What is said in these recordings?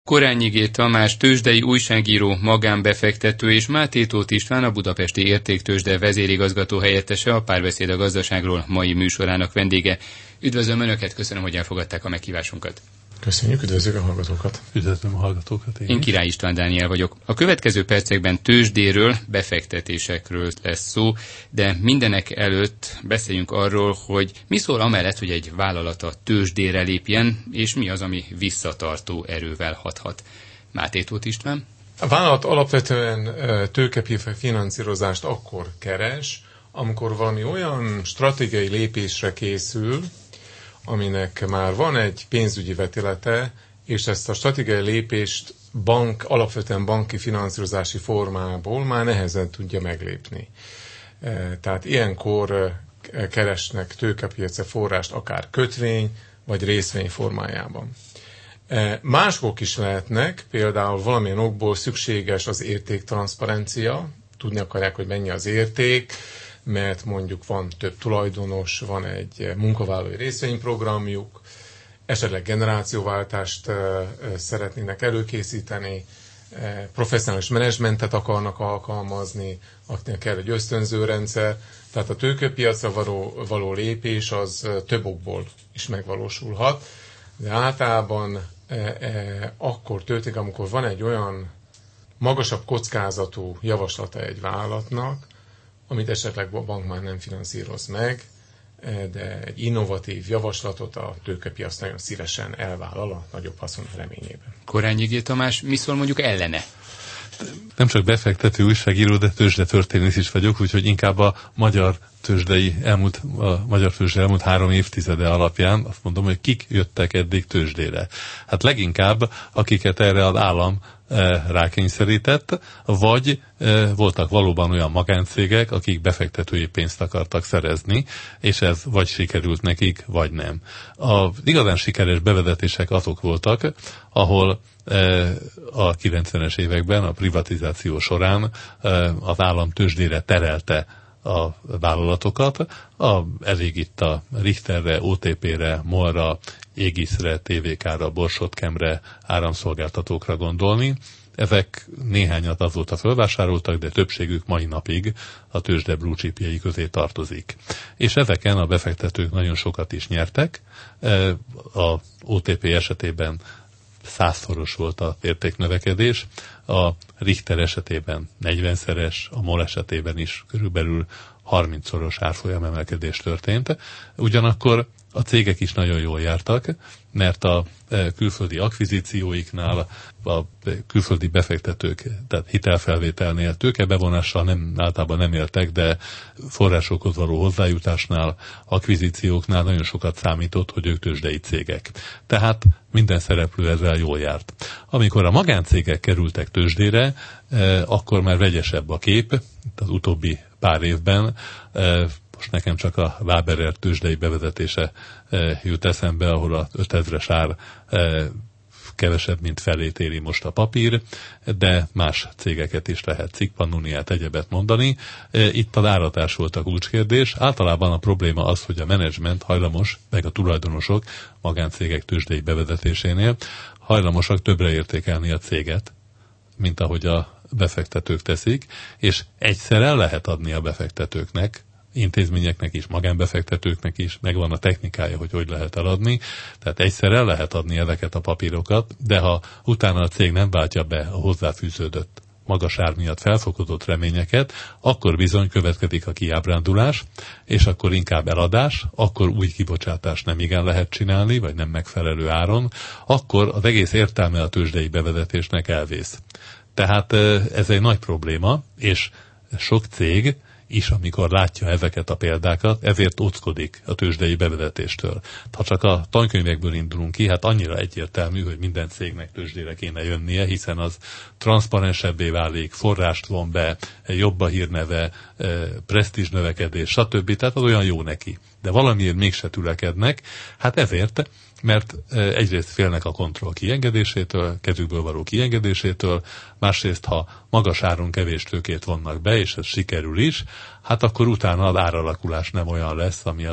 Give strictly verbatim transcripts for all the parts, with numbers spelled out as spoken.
Korányi G. Tamás tőzsdei újságíró, magánbefektető és Máté Tóth István, a Budapesti Értéktőzsde vezérigazgató helyettese, a Párbeszéd a gazdaságról mai műsorának vendége. Üdvözlöm Önöket, köszönöm, hogy elfogadták a meghívásunkat. Köszönjük, üdvözlük a hallgatókat. Üdvözlöm a hallgatókat. Én, én Király István Dániel vagyok. A következő percekben tőzsdéről, befektetésekről lesz szó, de mindenek előtt beszéljünk arról, hogy mi szól amellett, hogy egy vállalat a tőzsdére lépjen, és mi az, ami visszatartó erővel hathat. Máté Tóth István? A vállalat alapvetően tőkepiaci finanszírozást akkor keres, amikor valami olyan stratégiai lépésre készül, aminek már van egy pénzügyi vetülete, és ezt a stratégiai lépést bank, alapvetően banki finanszírozási formából már nehezen tudja meglépni. Tehát ilyenkor keresnek tőkepiaci forrást akár kötvény vagy részvény formájában. Mások is lehetnek, például valamilyen okból szükséges az értéktranszparencia, tudni akarják, hogy mennyi az érték, mert mondjuk van több tulajdonos, van egy munkavállalói részvényprogramjuk, esetleg generációváltást szeretnének előkészíteni, professzionális menedzsmentet akarnak alkalmazni, akinek kell egy ösztönzőrendszer, tehát a tőkepiacra való, való lépés az több okból is megvalósulhat, de általában e, e, akkor történik, amikor van egy olyan magasabb kockázatú javaslata egy vállalatnak, amit esetleg a bank már nem finanszíroz meg, de egy innovatív javaslatot a tőkepiac nagyon szívesen elvállal a nagyobb haszon reményében. Korányi G. Tamás, mi szól mondjuk ellene? Nem csak befektető újságíró, de tőzsdetörténész is vagyok, úgyhogy inkább a magyar tőzsdei elmúlt, a magyar tőzsde elmúlt három évtizede alapján azt mondom, hogy kik jöttek eddig tőzsdére. Hát leginkább, akiket erre az állam rákényszerített, vagy voltak valóban olyan magáncégek, akik befektetői pénzt akartak szerezni, és ez vagy sikerült nekik, vagy nem. Az igazán sikeres bevezetések azok voltak, ahol a kilencvenes években a privatizáció során az állam tőzsdére terelte a vállalatokat, a, elég itt a Richterre, o té pére, MOL-ra, Égiszre, té vé ká-ra, Borsod-Kemre, áramszolgáltatókra gondolni. Ezek néhányat azóta felvásároltak, de többségük mai napig a tőzsde blue chipjei közé tartozik. És ezeken a befektetők nagyon sokat is nyertek. A o té pé esetében százszoros volt az értéknövekedés, a Richter esetében negyvenszeres, a MOL esetében is körülbelül harmincszoros árfolyamemelkedés történt. Ugyanakkor a cégek is nagyon jól jártak, mert a külföldi akvizícióiknál, a külföldi befektetők, tehát hitelfelvételnél, tőkebevonással nem, általában nem éltek, de forrásokhoz való hozzájutásnál, akvizícióknál nagyon sokat számított, hogy ők tőzsdei cégek. Tehát minden szereplő ezzel jól járt. Amikor a magáncégek kerültek tőzsdére, akkor már vegyesebb a kép, az utóbbi pár évben. Most nekem csak a Waberer tőzsdei bevezetése e, jut eszembe, ahol a ötezres ár e, kevesebb, mint felét éri most a papír, de más cégeket is lehet, Cikkpannuniát, egyebet mondani. E, itt az áratás volt a kulcskérdés. Általában a probléma az, hogy a menedzsment hajlamos, meg a tulajdonosok magáncégek tőzsdei bevezetésénél hajlamosak többre értékelni a céget, mint ahogy a befektetők teszik, és egyszer el lehet adni a befektetőknek, intézményeknek is, magánbefektetőknek is, megvan a technikája, hogy hogy lehet eladni, tehát egyszer el lehet adni ezeket a papírokat, de ha utána a cég nem váltja be a hozzáfűződött magas ár miatt felfokozott reményeket, akkor bizony következik a kiábrándulás, és akkor inkább eladás, akkor új kibocsátást nem igen lehet csinálni, vagy nem megfelelő áron, akkor az egész értelme a tőzsdei bevezetésnek elvész. Tehát ez egy nagy probléma, és sok cég is, amikor látja ezeket a példákat, ezért óckodik a tőzsdei bevezetéstől. Ha csak a tankönyvekből indulunk ki, hát annyira egyértelmű, hogy minden cégnek tőzsdére kéne jönnie, hiszen az transzparensebbé válik, forrást von be, jobb a hírneve, presztízs növekedés, stb. Tehát az olyan jó neki. De valamiért mégse tülekednek, hát ezért, mert egyrészt félnek a kontroll kiengedésétől, kezükből való kiengedésétől, másrészt, ha magas áron kevés tőkét vonnak be, és ez sikerül is, hát akkor utána az áralakulás nem olyan lesz, ami a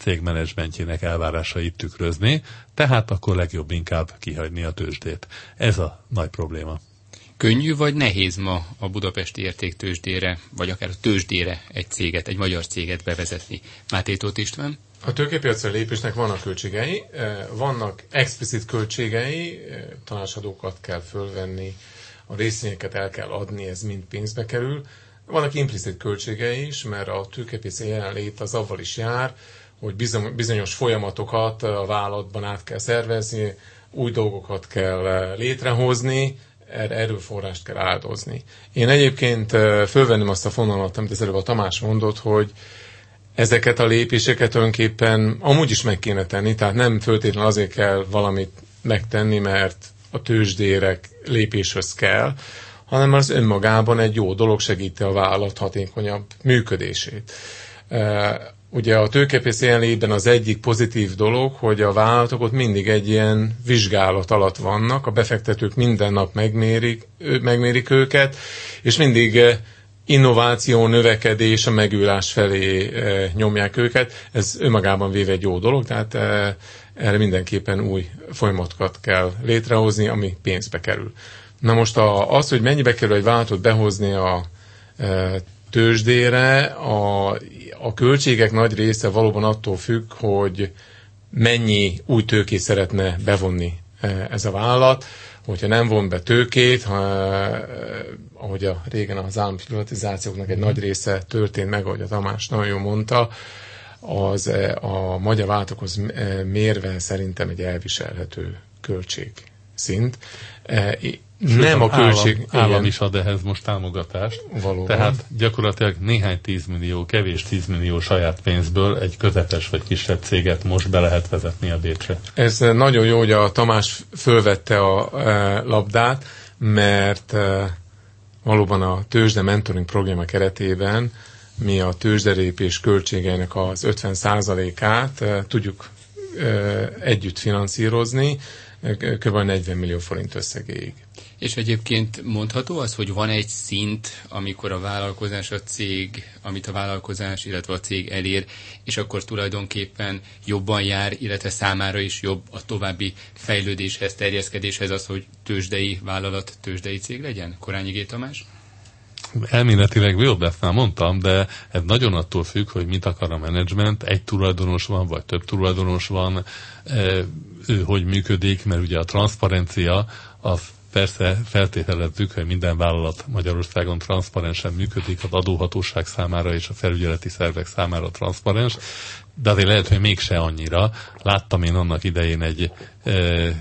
cég menedzsmentjének elvárásait tükrözni, tehát akkor legjobb inkább kihagyni a tőzsdét. Ez a nagy probléma. Könnyű vagy nehéz ma a budapesti értéktőzsdére, vagy akár a tőzsdére egy céget, egy magyar céget bevezetni? Máté Tóth István? A tőkepiacra lépésnek vannak költségei, vannak explicit költségei, tanácsadókat kell fölvenni, a részvényeket el kell adni, ez mind pénzbe kerül. Vannak implicit költségei is, mert a tőkepiaci jelenlét az avval is jár, hogy bizonyos folyamatokat a vállalatban át kell szervezni, új dolgokat kell létrehozni, erőforrást kell áldozni. Én egyébként fölvenném azt a fonalat, amit az előbb a Tamás mondott, hogy ezeket a lépéseket önképpen amúgy is meg kéne tenni, tehát nem föltétlenül azért kell valamit megtenni, mert a tőzsdére lépéshez kell, hanem az önmagában egy jó dolog, segíti a vállalat hatékonyabb működését. Ugye a tőkepiaci jelenlétben az egyik pozitív dolog, hogy a vállalatok ott mindig egy ilyen vizsgálat alatt vannak, a befektetők minden nap megmérik, megmérik őket, és mindig innováció, növekedés, a megújulás felé nyomják őket. Ez önmagában véve egy jó dolog, tehát erre mindenképpen új folyamatokat kell létrehozni, ami pénzbe kerül. Na most a, az, hogy mennyibe kerül egy vállalatot behozni a e, tőzsdére, a, a költségek nagy része valóban attól függ, hogy mennyi új tőkét szeretne bevonni e, ez a vállalat. Hogyha nem von be tőkét, ha, e, ahogy a régen az állami privatizációknak egy nagy része történt meg, ahogy a Tamás nagyon jól mondta, az e, a magyar vállalatokhoz mérve szerintem egy elviselhető költségszint. E, Sőt, nem a költség... Állam, állam is ad ehhez most támogatást. Valóban. Tehát gyakorlatilag néhány tízmillió, kevés tízmillió saját pénzből egy közepes vagy kisebb céget most be lehet vezetni a Bécsre. Ez nagyon jó, hogy a Tamás fölvette a e, labdát, mert e, valóban a tőzsde mentoring programja keretében mi a tőzsdelépés költségeinek az ötven százalékát e, tudjuk e, együtt finanszírozni, kb. negyven millió forint összegéig. És egyébként mondható az, hogy van egy szint, amikor a vállalkozás, a cég, amit a vállalkozás, illetve a cég elér, és akkor tulajdonképpen jobban jár, illetve számára is jobb a további fejlődéshez, terjeszkedéshez az, hogy tőzsdei vállalat, tőzsdei cég legyen? Korányi G. Tamás? Elméletileg jobb, ezt már mondtam, de ez nagyon attól függ, hogy mit akar a menedzsment, egy tulajdonos van, vagy több tulajdonos van, ő hogy működik, mert ugye a transzparencia, az persze feltételezzük, hogy minden vállalat Magyarországon transzparensen működik, az adóhatóság számára és a felügyeleti szervek számára transzparens, de azért lehet, hogy mégse annyira. Láttam én annak idején egy e,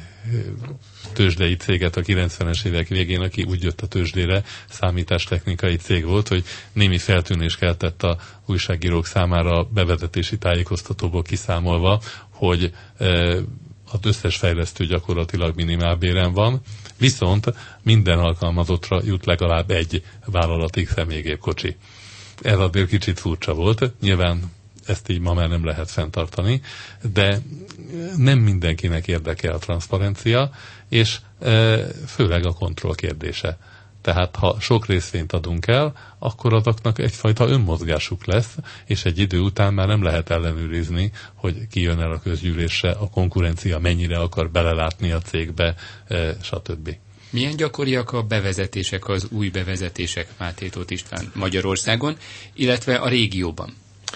tőzsdei céget a kilencvenes évek végén, aki úgy jött a tőzsdére, számítástechnikai cég volt, hogy némi feltűnés keltett a újságírók számára a bevezetési tájékoztatóból kiszámolva, hogy e, az összes fejlesztő gyakorlatilag minimálbéren van, viszont minden alkalmazottra jut legalább egy vállalati személygépkocsi. Ez azért kicsit furcsa volt, nyilván ezt így ma már nem lehet fenntartani, de nem mindenkinek érdekel a transzparencia, és főleg a kontroll kérdése. Tehát ha sok részvényt adunk el, akkor azoknak egyfajta önmozgásuk lesz, és egy idő után már nem lehet ellenőrizni, hogy ki jön el a közgyűlésre, a konkurencia mennyire akar belelátni a cégbe, stb. Milyen gyakoriak a bevezetések, az új bevezetések, Máté Tóth István, Magyarországon, illetve a régióban?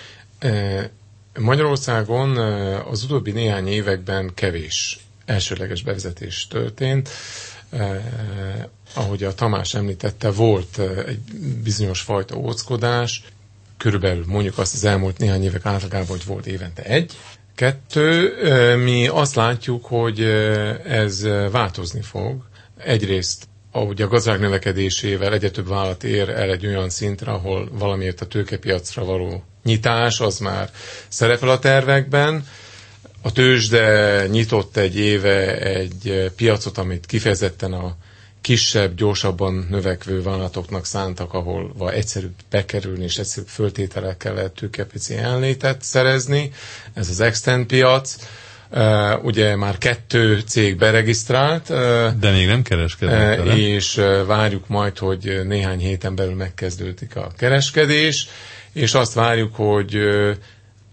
Magyarországon az utóbbi néhány években kevés elsőleges bevezetés történt. Eh, ahogy a Tamás említette, volt egy bizonyos fajta óckodás, körülbelül mondjuk azt az elmúlt néhány évek átlagában, hogy volt évente egy. Kettő, eh, mi azt látjuk, hogy ez változni fog. Egyrészt, ahogy a gazdaság növekedésével egyre több vállalat ér el egy olyan szintre, ahol valamiért a tőkepiacra való nyitás, az már szerepel a tervekben. A tőzsde nyitott egy éve egy piacot, amit kifejezetten a kisebb, gyorsabban növekvő vállalatoknak szántak, ahol van egyszerűbb bekerülni és egyszerűbb föltételekkel lehet tőkepiaci jelenlétet szerezni. Ez az Extend piac. Uh, ugye már kettő cég beregisztrált. Uh, De még nem kereskednek uh, És uh, várjuk majd, hogy néhány héten belül megkezdődik a kereskedés, és azt várjuk, hogy uh,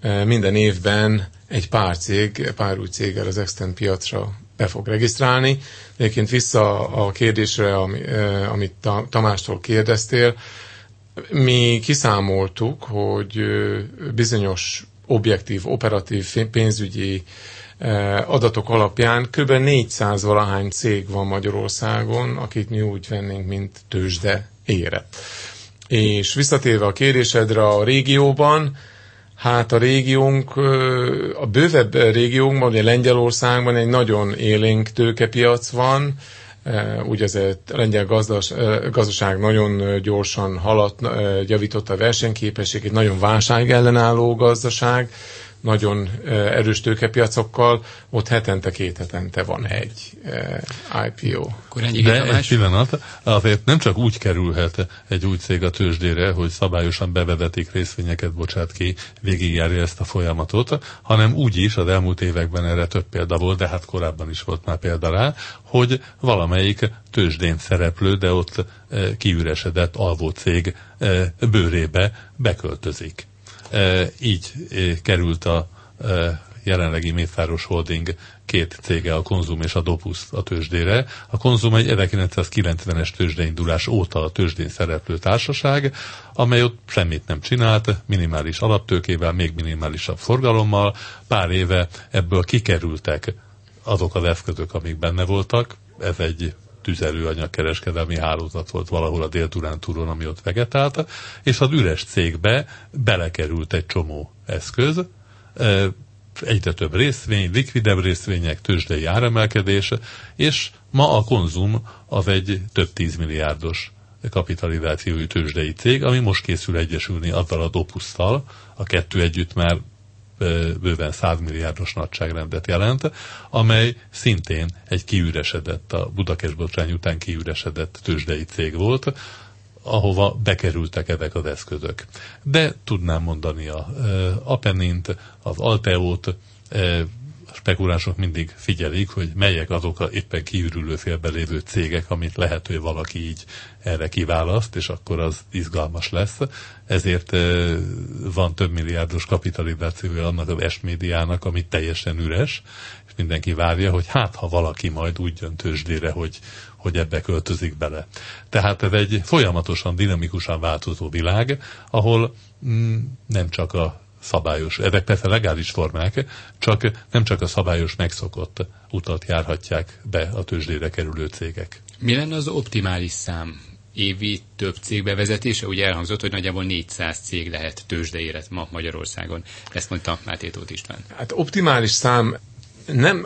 minden évben egy pár cég, pár új céggel az Extend piacra be fog regisztrálni. Egyébként vissza a kérdésre, amit Tamástól kérdeztél, mi kiszámoltuk, hogy bizonyos objektív, operatív pénzügyi adatok alapján kb. négyszáz valahány cég van Magyarországon, akit mi úgy vennénk, mint tőzsde érett. És visszatérve a kérdésedre a régióban, hát a régiónk, a bővebb régiónkban, ugye Lengyelországban egy nagyon élénk tőkepiac van, úgy az a lengyel gazdas, gazdaság nagyon gyorsan haladt, javította a versenyképességét, nagyon válságellenálló gazdaság, nagyon erős tőkepiacokkal, ott hetente, két hetente van egy I P O. De egy pillanat, azért nem csak úgy kerülhet egy új cég a tőzsdére, hogy szabályosan bevezetik részvényeket, bocsát ki, végigjárja ezt a folyamatot, hanem úgy is, az elmúlt években erre több példa volt, de hát korábban is volt már példa rá, hogy valamelyik tőzsdén szereplő, de ott kiüresedett alvó cég bőrébe beköltözik. E, így e, került a e, jelenlegi Mészáros Holding két cége, a Konzum és a Dopus a tőzsdére. A Konzum egy ezerkilencszázkilencvenes tőzsdeindulás óta a tőzsdén szereplő társaság, amely ott semmit nem csinált, minimális alaptőkével, még minimálisabb forgalommal. Pár éve ebből kikerültek azok az eszközök, amik benne voltak. Ez egy tüzelőanyagkereskedelmi hálózat volt valahol a Dél-Dunántúron, ami ott vegetált, és az üres cégbe belekerült egy csomó eszköz, egyre több részvény, likvidebb részvények, tőzsdei áremelkedés, és ma a Konzum az egy több tízmilliárdos kapitalizációjú tőzsdei cég, ami most készül egyesülni azzal a Dopusszal, a kettő együtt már bőven száz milliárdos nagyságrendet jelent, amely szintén egy kiüresedett, a Budapest botrány után kiüresedett tőzsdei cég volt, ahova bekerültek ezek az eszközök. De tudnám mondani a Apennint, az Alteót, a spekulánsok mindig figyelik, hogy melyek azok a éppen kiürülő félben lévő cégek, amit lehet, hogy valaki így erre kiválaszt, és akkor az izgalmas lesz. Ezért van több milliárdos kapitalizációja annak az S-médiának, ami teljesen üres, és mindenki várja, hogy hát, ha valaki majd úgy jön tőzsdére, hogy, hogy ebbe költözik bele. Tehát ez egy folyamatosan, dinamikusan változó világ, ahol mm, nem csak a szabályos, ezek persze legális formák, csak nem csak a szabályos megszokott utat járhatják be a tőzsdére kerülő cégek. Mi lenne az optimális szám? Évi több cég bevezetése? Ugye elhangzott, hogy nagyjából négyszáz cég lehet tőzsdeérett ma Magyarországon. Ezt mondta Máté Tóth István. Hát optimális szám nem...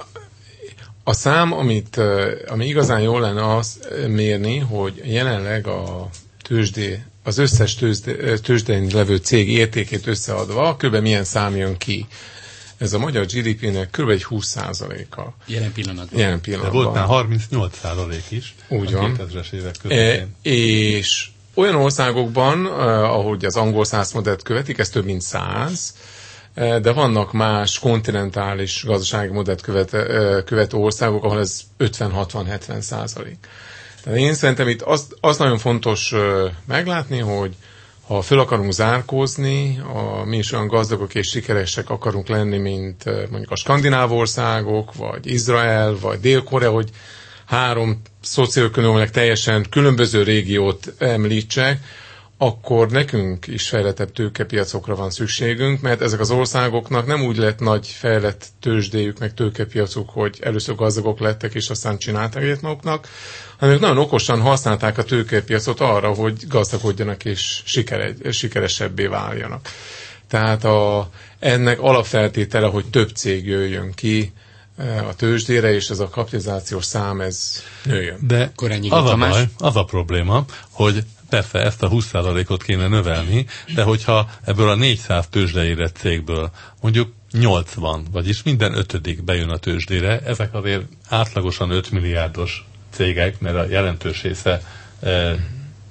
A szám, amit, ami igazán jól lenne azt mérni, hogy jelenleg a tőzsdé, az összes tőzsde, tőzsdén levő cég értékét összeadva, kb. Milyen szám jön ki. Ez a magyar gé dé pének kb. Egy húsz százaléka. Jelen pillanatban. Jelen pillanatban. De volt már harmincnyolc százalék is. Úgy van. A kétezres évek között. E, és olyan országokban, ahogy az angol száz modellt követik, ez több mint száz, de vannak más kontinentális gazdasági modellt követő követ országok, ahol ez ötven-hatvan-hetven százalék. Tehát én szerintem itt azt, azt nagyon fontos meglátni, hogy ha föl akarunk zárkózni, a, mi is olyan gazdagok és sikeresek akarunk lenni, mint mondjuk a skandináv országok, vagy Izrael, vagy Dél-Korea, hogy három szocioökonómiailag teljesen különböző régiót említsek, akkor nekünk is fejlettebb tőkepiacokra van szükségünk, mert ezek az országoknak nem úgy lett nagy fejlett tőzsdéjük, meg tőkepiacuk, hogy először gazdagok lettek, és aztán csinálták egyet maguknak, hanem ők nagyon okosan használták a tőkepiacot arra, hogy gazdagodjanak és sikere, sikeresebbé váljanak. Tehát a, ennek alapfeltétele, hogy több cég jöjjön ki a tőzsdére, és ez a kapitalizációs szám, ez nőjön. De az a baj, az a probléma, hogy persze ezt a húsz százalékot kéne növelni, de hogyha ebből a négyszáz tőzsdeérett cégből mondjuk nyolcvan, vagyis minden ötödik bejön a tőzsdére, ezek azért átlagosan öt milliárdos cégek, mert a jelentős része e,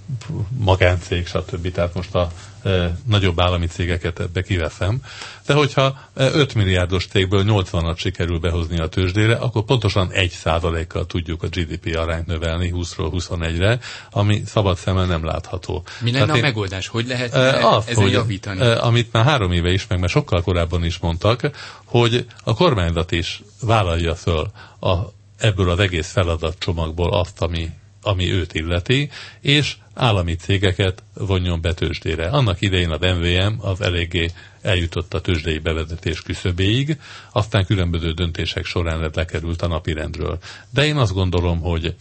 magáncég, stb. Tehát most a e, nagyobb állami cégeket ebbe kiveszem. De hogyha öt milliárdos cégből nyolcvanat sikerül behozni a tőzsdére, akkor pontosan egy százalékkal tudjuk a gé dé pé arányt növelni húszról huszonegyre, ami szabad szemmel nem látható. Mi lenne Tehát a én, megoldás? Hogy lehet e, az, ezen hogy, javítani? E, amit már három éve is, meg már sokkal korábban is mondtak, hogy a kormányzat is vállalja föl a, ebből az egész feladatcsomagból azt, ami ami őt illeti, és állami cégeket vonjon be tőzsdére. Annak idején az em vé em az eléggé eljutott a tőzsdei bevezetés küszöbéig, aztán különböző döntések során lekerült a napirendről. De én azt gondolom, hogy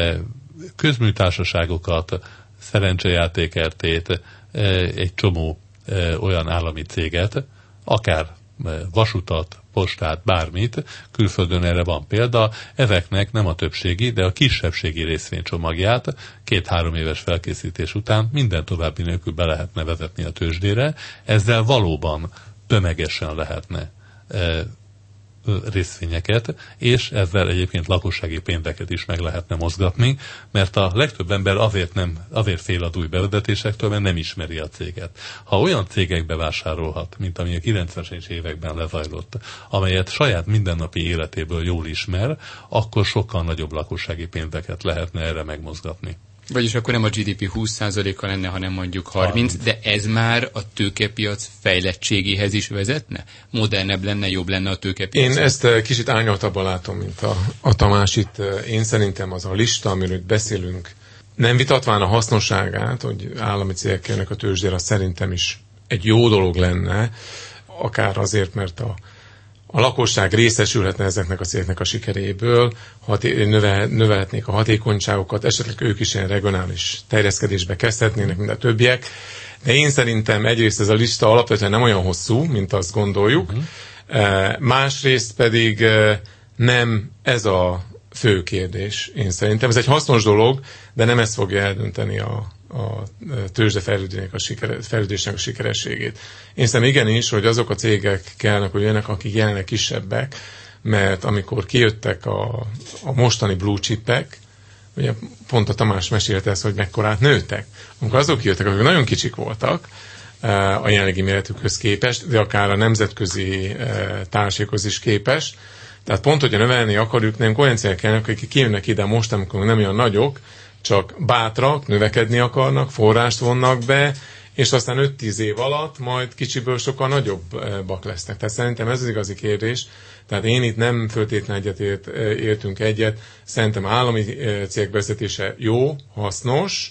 közműtársaságokat, szerencsejáték er té-t, egy csomó olyan állami céget, akár vasutat, postát, bármit, külföldön erre van példa, ezeknek nem a többségi, de a kisebbségi részvénycsomagját két-három éves felkészítés után minden további nélkül be lehetne vezetni a tőzsdére, ezzel valóban tömegesen lehetne e, részvényeket, és ezzel egyébként lakossági pénzeket is meg lehetne mozgatni, mert a legtöbb ember azért, nem, azért fél az új bevezetésektől, mert nem ismeri a céget. Ha olyan cégekbe vásárolhat, mint ami a kilencvenes években lezajlott, amelyet saját mindennapi életéből jól ismer, akkor sokkal nagyobb lakossági pénzeket lehetne erre megmozgatni. Vagyis akkor nem a gé dé pé húsz százaléka lenne, hanem mondjuk harminc, de ez már a tőkepiac fejlettségéhez is vezetne? Modernebb lenne, jobb lenne a tőkepiac? Én ezt kicsit árnyaltabban látom, mint a, a Tamás itt. Én szerintem az a lista, amiről beszélünk, nem vitatván a hasznosságát, hogy állami cégek kerülnek a tőzsdére, az szerintem is egy jó dolog lenne, akár azért, mert a A lakosság részesülhetne ezeknek a cégeknek a sikeréből, haté- növel, növelhetnék a hatékonyságokat, esetleg ők is ilyen regionális terjeszkedésbe kezdhetnének, mint a többiek. De én szerintem egyrészt ez a lista alapvetően nem olyan hosszú, mint azt gondoljuk, uh-huh. Másrészt pedig nem ez a fő kérdés, én szerintem. Ez egy hasznos dolog, de nem ez fogja eldönteni a a tőzsde fejlődésnek a, sikere, fejlődésnek a sikerességét. Én szerintem igenis, hogy azok a cégek kellene, hogy jönnek, akik jelenleg kisebbek, mert amikor kijöttek a, a mostani blue chipek, ugye pont a Tamás mesélte ezt, hogy mekkorát nőttek. Amikor azok jöttek, akik nagyon kicsik voltak a jelenlegi méretükhöz képest, de akár a nemzetközi társasághoz is képest, tehát pont, hogyha növelni akarjuk, nem olyan cégek kellene, akik kijönnek ide most, amikor nem olyan nagyok, csak bátrak, növekedni akarnak, forrást vonnak be, és aztán öt-tíz év alatt majd kicsiből sokkal nagyobbak lesznek. Tehát szerintem ez az igazi kérdés. Tehát én itt nem föltétlenül egyet ért, értünk egyet. Szerintem állami cégek vezetése jó, hasznos,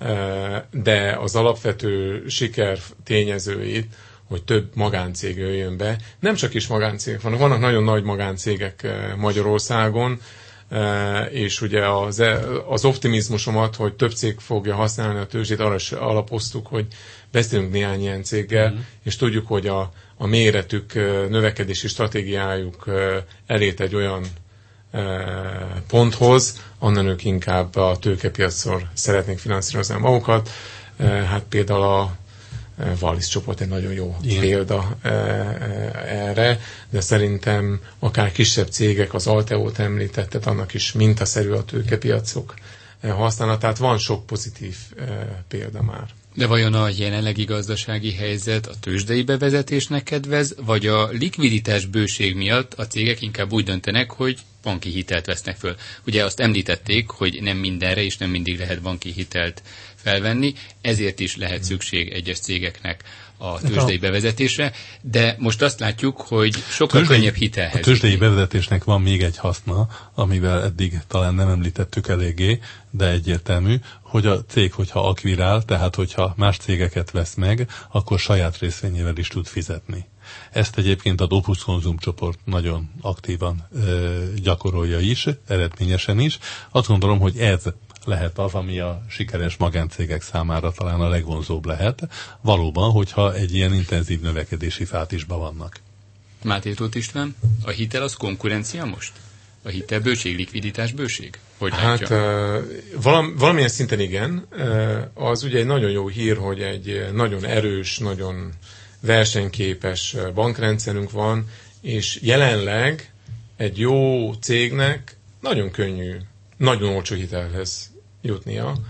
de az alapvető siker tényezőit, hogy több magáncég jöjjön be. Nem csak is magáncégek vannak, vannak nagyon nagy magáncégek Magyarországon, Uh, és ugye az, az optimizmusomat, hogy több cég fogja használni a tőzsdét, arra is alapoztuk, hogy beszélünk néhány ilyen céggel, mm. és tudjuk, hogy a, a méretük, növekedési stratégiájuk uh, elért egy olyan uh, ponthoz, onnan ők inkább a tőkepiacról szeretnék finanszírozni magukat. Uh, hát például a Wallis csoport egy nagyon jó Igen. példa e, e, erre, de szerintem akár kisebb cégek, az Alteót említetted, annak is mintaszerű a tőkepiacok használatát. Van sok pozitív e, példa már. De vajon a jelenlegi gazdasági helyzet a tőzsdei bevezetésnek kedvez, vagy a likviditás bőség miatt a cégek inkább úgy döntenek, hogy banki hitelt vesznek föl? Ugye azt említették, hogy nem mindenre és nem mindig lehet banki hitelt felvenni, ezért is lehet szükség egyes cégeknek a tőzsdei bevezetésre, de most azt látjuk, hogy sokkal tőzsdei, könnyebb hitelhez. A tőzsdei bevezetésnek van még egy haszna, amivel eddig talán nem említettük eléggé, de egyértelmű, hogy a cég, hogyha akvirál, tehát hogyha más cégeket vesz meg, akkor saját részvényével is tud fizetni. Ezt egyébként a Opus Konzum csoport nagyon aktívan ö, gyakorolja is, eredményesen is. Azt gondolom, hogy ez lehet az, ami a sikeres magáncégek számára talán a legvonzóbb lehet. Valóban, hogyha egy ilyen intenzív növekedési fázisban vannak. Máté Tóth István, a hitel az konkurencia most? A hitel bőség, likviditás bőség? Hogy hát uh, valam, valamilyen szinten igen. Uh, az ugye egy nagyon jó hír, hogy egy nagyon erős, nagyon versenyképes bankrendszerünk van, és jelenleg egy jó cégnek nagyon könnyű, nagyon olcsó hitelhez jutnia.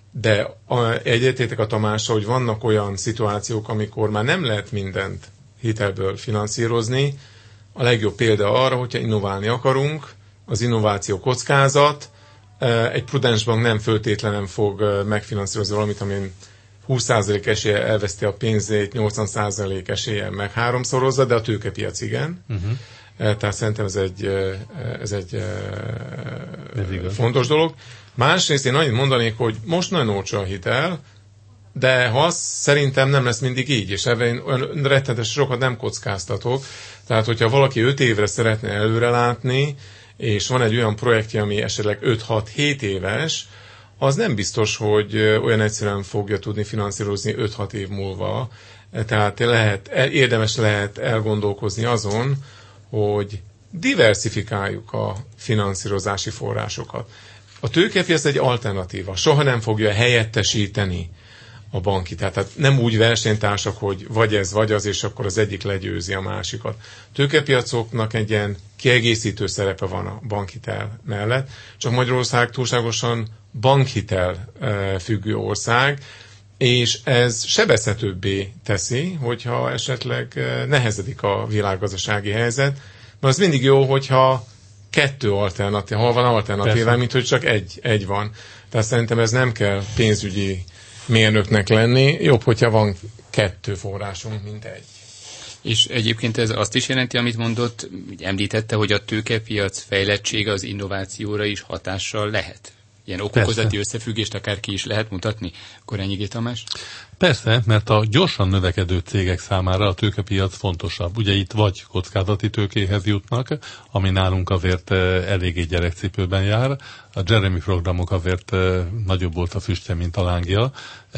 De egyetértek a Tamással, hogy vannak olyan szituációk, amikor már nem lehet mindent hitelből finanszírozni. A legjobb példa arra, hogyha innoválni akarunk, az innováció kockázat, egy prudens bank nem föltétlenül fog megfinanszírozni valamit, amin húsz százalék esélye elveszti a pénzét, nyolcvan százalék esélye meg háromszorozza, de a tőkepiac igen. Uh-huh. Tehát szerintem ez egy, ez egy ez fontos dolog. Másrészt én annyit mondanék, hogy most nagyon olcsó a hitel, de ha az szerintem nem lesz mindig így, és ebben én olyan rettenetes sokat nem kockáztatok. Tehát, hogyha valaki öt évre szeretne előrelátni, és van egy olyan projektje, ami esetleg öt-hat-hét éves, az nem biztos, hogy olyan egyszerűen fogja tudni finanszírozni öt-hat év múlva. Tehát lehet, érdemes lehet elgondolkozni azon, hogy diversifikáljuk a finanszírozási forrásokat. A tőkepiac egy alternatíva, soha nem fogja helyettesíteni a banki. Tehát nem úgy versenytársak, hogy vagy ez, vagy az, és akkor az egyik legyőzi a másikat. Tőkepiacoknak egy ilyen kiegészítő szerepe van a bankhitel mellett, csak Magyarország túlságosan bankhitel függő ország, és ez sebezhetőbbé teszi, hogyha esetleg nehezedik a világgazdasági helyzet, mert az mindig jó, hogyha kettő alternatíva, ha van alternatíva, mint hogy csak egy, egy van. Tehát szerintem ez nem kell pénzügyi mérnöknek lenni, jobb, hogyha van kettő forrásunk, mint egy. És egyébként ez azt is jelenti, amit mondott, említette, hogy a tőkepiac fejlettsége az innovációra is hatással lehet. Ilyen okokozati összefüggést akár ki is lehet mutatni? Korányi G. Tamás? Persze, mert a gyorsan növekedő cégek számára a tőkepiac fontosabb. Ugye itt vagy kockázati tőkéhez jutnak, ami nálunk azért eléggé gyerekcipőben jár. A Jeremy programok azért nagyobb volt a füstje, mint a lángja.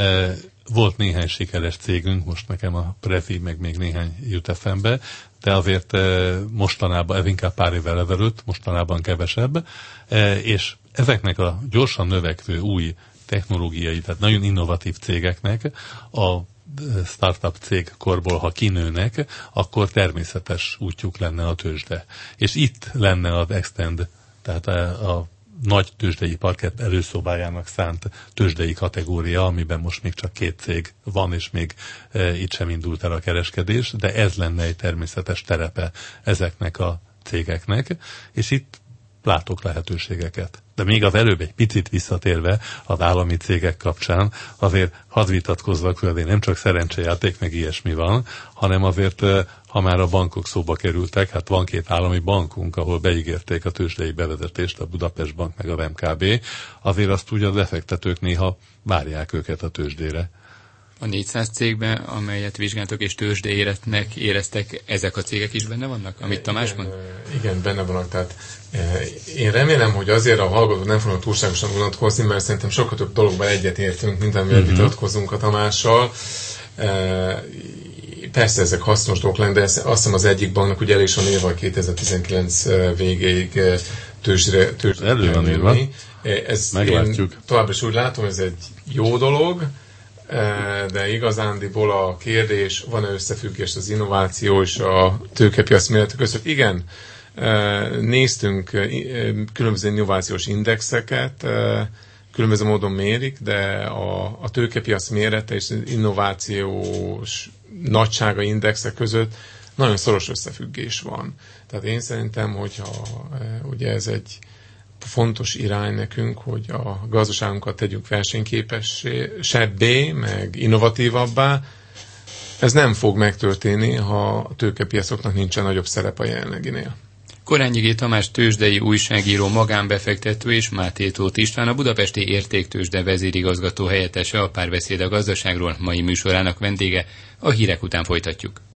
Volt néhány sikeres cégünk, most nekem a Prezi, meg még néhány jut eszembe, de azért mostanában, ez inkább pár évvel ezelőtt, mostanában kevesebb, és ezeknek a gyorsan növekvő új technológiai, tehát nagyon innovatív cégeknek a startup cégkorból, ha kinőnek, akkor természetes útjuk lenne a tőzsde. És itt lenne az Extend, tehát a, a nagy tőzsdei parkett előszobájának szánt tőzsdei kategória, amiben most még csak két cég van, és még e, itt sem indult el a kereskedés, de ez lenne egy természetes terepe ezeknek a cégeknek, és itt látok lehetőségeket. De még az előbb egy picit visszatérve az állami cégek kapcsán, azért hadd vitatkozzak, hogy azért nem csak szerencsejáték, meg ilyesmi van, hanem azért, ha már a bankok szóba kerültek, hát van két állami bankunk, ahol beígérték a tőzsdei bevezetést, a Budapest Bank meg a em ká bé, azért azt ugye a befektetők néha várják őket a tőzsdére. A négyszáz cégben, amelyet vizsgáltok és tőzsdeéretnek éreztek, ezek a cégek is benne vannak, amit Tamás mond? Igen, benne vannak. Tehát én remélem, hogy azért a hallgatók nem fognak túlságosan unatkozni, mert szerintem sokkal több dologban egyetértünk, mint amivel uh-huh. vitatkozunk a Tamással. Persze ezek hasznos dolgok lenne, de azt hiszem az egyik banknak ugye el is van írva, kétezer-tizenkilenc végéig tőzsdére elő van írva. Ez meglátjuk. Továbbra is úgy látom, ez egy jó dolog, de igazándiból a kérdés, van-e összefüggés az innováció és a tőkepiac mérete között? Igen, néztünk különböző innovációs indexeket, különböző módon mérik, de a, a tőkepiac mérete és az innovációs nagysága indexek között nagyon szoros összefüggés van. Tehát én szerintem, hogyha ugye ez egy fontos irány nekünk, hogy a gazdaságunkat tegyük versenyképesebbé, meg innovatívabbá. Ez nem fog megtörténni, ha a tőkepiacoknak nincsen nagyobb szerep a jelenleginél. Korányi G. Tamás tőzsdei újságíró, magánbefektető és Máté Tóth István, a Budapesti Értéktőzsde vezérigazgató helyettese, a Párbeszéd a gazdaságról mai műsorának vendége. A hírek után folytatjuk.